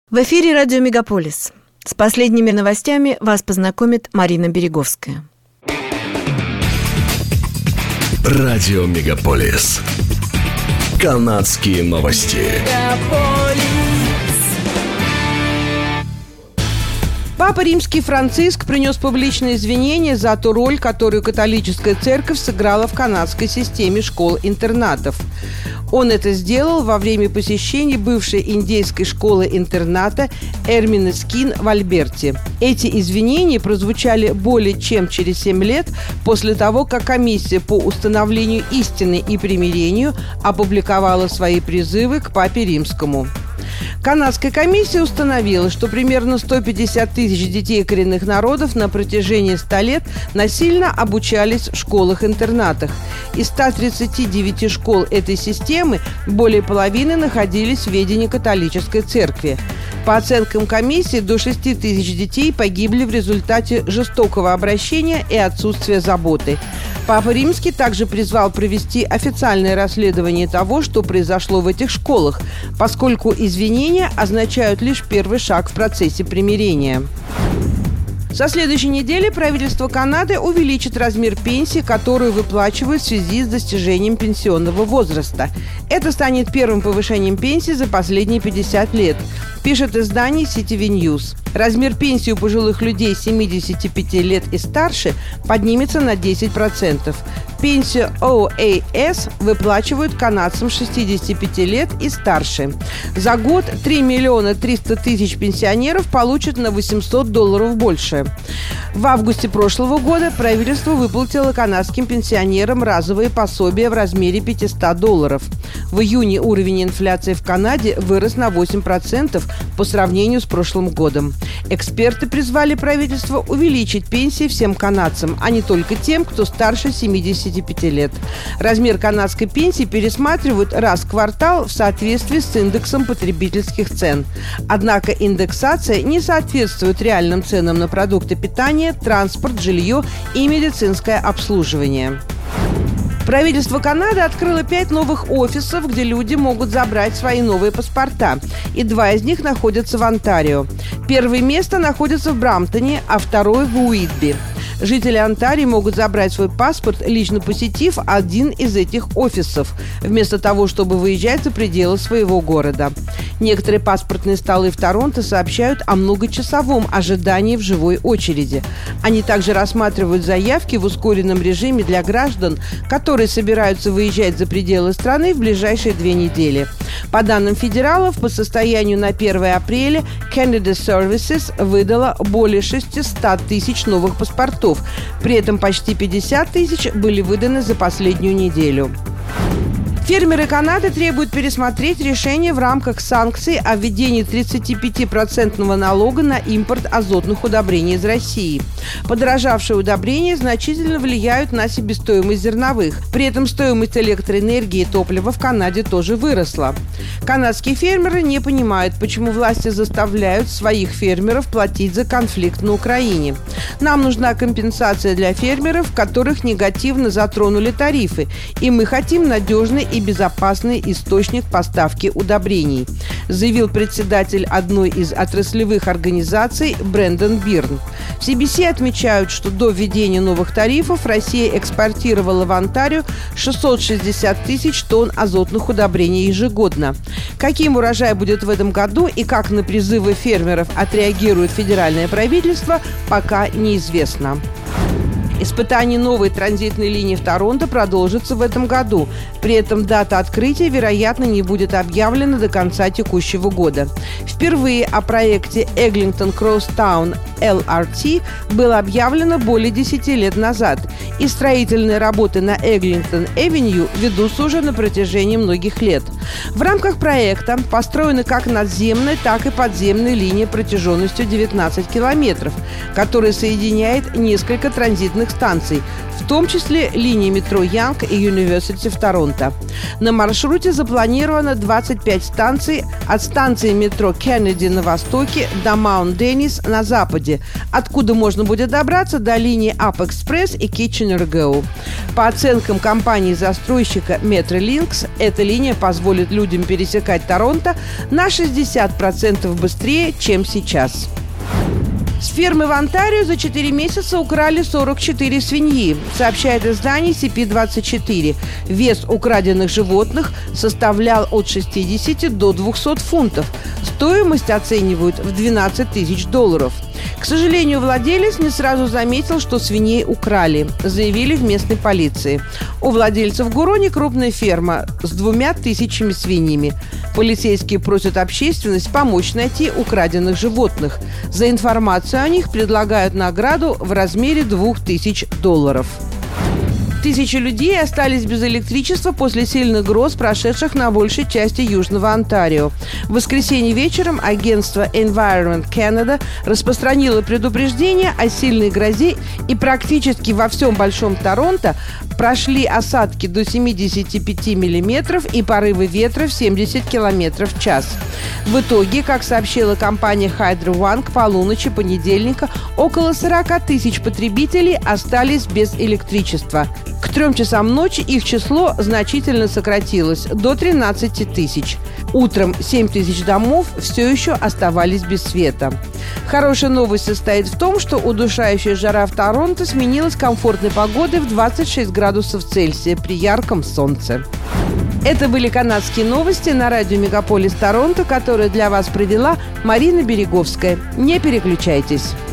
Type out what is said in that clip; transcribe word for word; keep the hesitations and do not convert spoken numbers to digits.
В эфире радио «Мегаполис». С последними новостями вас познакомит Марина Береговская. Радио «Мегаполис». Канадские новости. Папа Римский Франциск принес публичные извинения за ту роль, которую католическая церковь сыграла в канадской системе школ-интернатов. Он это сделал во время посещения бывшей индейской школы-интерната Эрминескин в Альберте. Эти извинения прозвучали более чем через семь лет после того, как комиссия по установлению истины и примирению опубликовала свои призывы к Папе Римскому. Канадская комиссия установила, что примерно сто пятьдесят тысяч детей коренных народов на протяжении ста лет насильно обучались в школах-интернатах. Из ста тридцати девяти школ этой системы более половины находились в ведении католической церкви. По оценкам комиссии, до шести тысяч детей погибли в результате жестокого обращения и отсутствия заботы. Папа Римский также призвал провести официальное расследование того, что произошло в этих школах, поскольку извинения означают лишь первый шаг в процессе примирения. Со следующей недели правительство Канады увеличит размер пенсии, которую выплачивают в связи с достижением пенсионного возраста. Это станет первым повышением пенсии за последние пятьдесят лет, пишет издание си ти ви News. Размер пенсии у пожилых людей семидесяти пяти лет и старше поднимется на десять процентов. Пенсию о эй эс выплачивают канадцам шестидесяти пяти лет и старше. За год три миллиона триста тысяч пенсионеров получат на восемьсот долларов больше. В августе прошлого года правительство выплатило канадским пенсионерам разовые пособия в размере пятьсот долларов. В июне уровень инфляции в Канаде вырос на восемь процентов по сравнению с прошлым годом. Эксперты призвали правительство увеличить пенсии всем канадцам, а не только тем, кто старше семидесяти пяти лет. Размер канадской пенсии пересматривают раз в квартал в соответствии с индексом потребительских цен. Однако индексация не соответствует реальным ценам на продукты питания, транспорт, жилье и медицинское обслуживание. Правительство Канады открыло пять новых офисов, где люди могут забрать свои новые паспорта, и два из них находятся в Онтарио. Первое место находится в Брамптоне, а второе в Уитби. Жители Онтарио могут забрать свой паспорт, лично посетив один из этих офисов, вместо того, чтобы выезжать за пределы своего города. Некоторые паспортные столы в Торонто сообщают о многочасовом ожидании в живой очереди. Они также рассматривают заявки в ускоренном режиме для граждан, которые собираются выезжать за пределы страны в ближайшие две недели. По данным федералов, по состоянию на первое апреля Canada Services выдала более шестисот тысяч новых паспортов. При этом почти пятьдесят тысяч были выданы за последнюю неделю. Фермеры Канады требуют пересмотреть решение в рамках санкций о введении тридцатипятипроцентного налога на импорт азотных удобрений из России. Подорожавшие удобрения значительно влияют на себестоимость зерновых. При этом стоимость электроэнергии и топлива в Канаде тоже выросла. Канадские фермеры не понимают, почему власти заставляют своих фермеров платить за конфликт на Украине. Нам нужна компенсация для фермеров, которых негативно затронули тарифы, и мы хотим надежный и безопасный источник поставки удобрений, заявил председатель одной из отраслевых организаций Брэндон Бирн. В си би си отмечают, что до введения новых тарифов Россия экспортировала в Онтарио шестьсот шестьдесят тысяч тонн азотных удобрений ежегодно. Каким урожай будет в этом году и как на призывы фермеров отреагирует федеральное правительство, пока неизвестно. Испытание новой транзитной линии в Торонто продолжится в этом году. При этом дата открытия, вероятно, не будет объявлена до конца текущего года. Впервые о проекте Eglinton Crosstown эл ар ти было объявлено более десяти лет назад, и строительные работы на Eglinton-Avenue ведутся уже на протяжении многих лет. В рамках проекта построена как надземная, так и подземная линия протяженностью девятнадцать километров, которая соединяет несколько транзитных разных станций, в том числе линии метро Янг и University в Торонто. На маршруте запланировано двадцать пять станций от станции метро Кеннеди на востоке до Маунт-Деннис на западе, откуда можно будет добраться до линии Up-Express и Kitchener-Go. По оценкам компании-застройщика Metrolinx, эта линия позволит людям пересекать Торонто на шестьдесят процентов быстрее, чем сейчас. С фермы в Онтарио за четыре месяца украли сорок четыре свиньи, сообщает издание си пи двадцать четыре. Вес украденных животных составлял от шестидесяти до двухсот фунтов. Стоимость оценивают в двенадцать тысяч долларов. К сожалению, владелец не сразу заметил, что свиней украли, заявили в местной полиции. У владельцев в Гуроне крупная ферма с двумя тысячами свиньями. Полицейские просят общественность помочь найти украденных животных. За информацию о них предлагают награду в размере двух тысяч долларов. Тысячи людей остались без электричества после сильных гроз, прошедших на большей части Южного Онтарио. В воскресенье вечером агентство Environment Canada распространило предупреждение о сильной грозе, и практически во всем Большом Торонто прошли осадки до семидесяти пяти миллиметров и порывы ветра в семьдесят километров в час. В итоге, как сообщила компания Hydro One, к полуночи понедельника около сорока тысяч потребителей остались без электричества. К трем часам ночи их число значительно сократилось до тринадцати тысяч. Утром семь тысяч домов все еще оставались без света. Хорошая новость состоит в том, что удушающая жара в Торонто сменилась комфортной погодой в двадцать шесть градусов Цельсия при ярком солнце. Это были канадские новости на радио Мегаполис Торонто, которые для вас провела Марина Береговская. Не переключайтесь.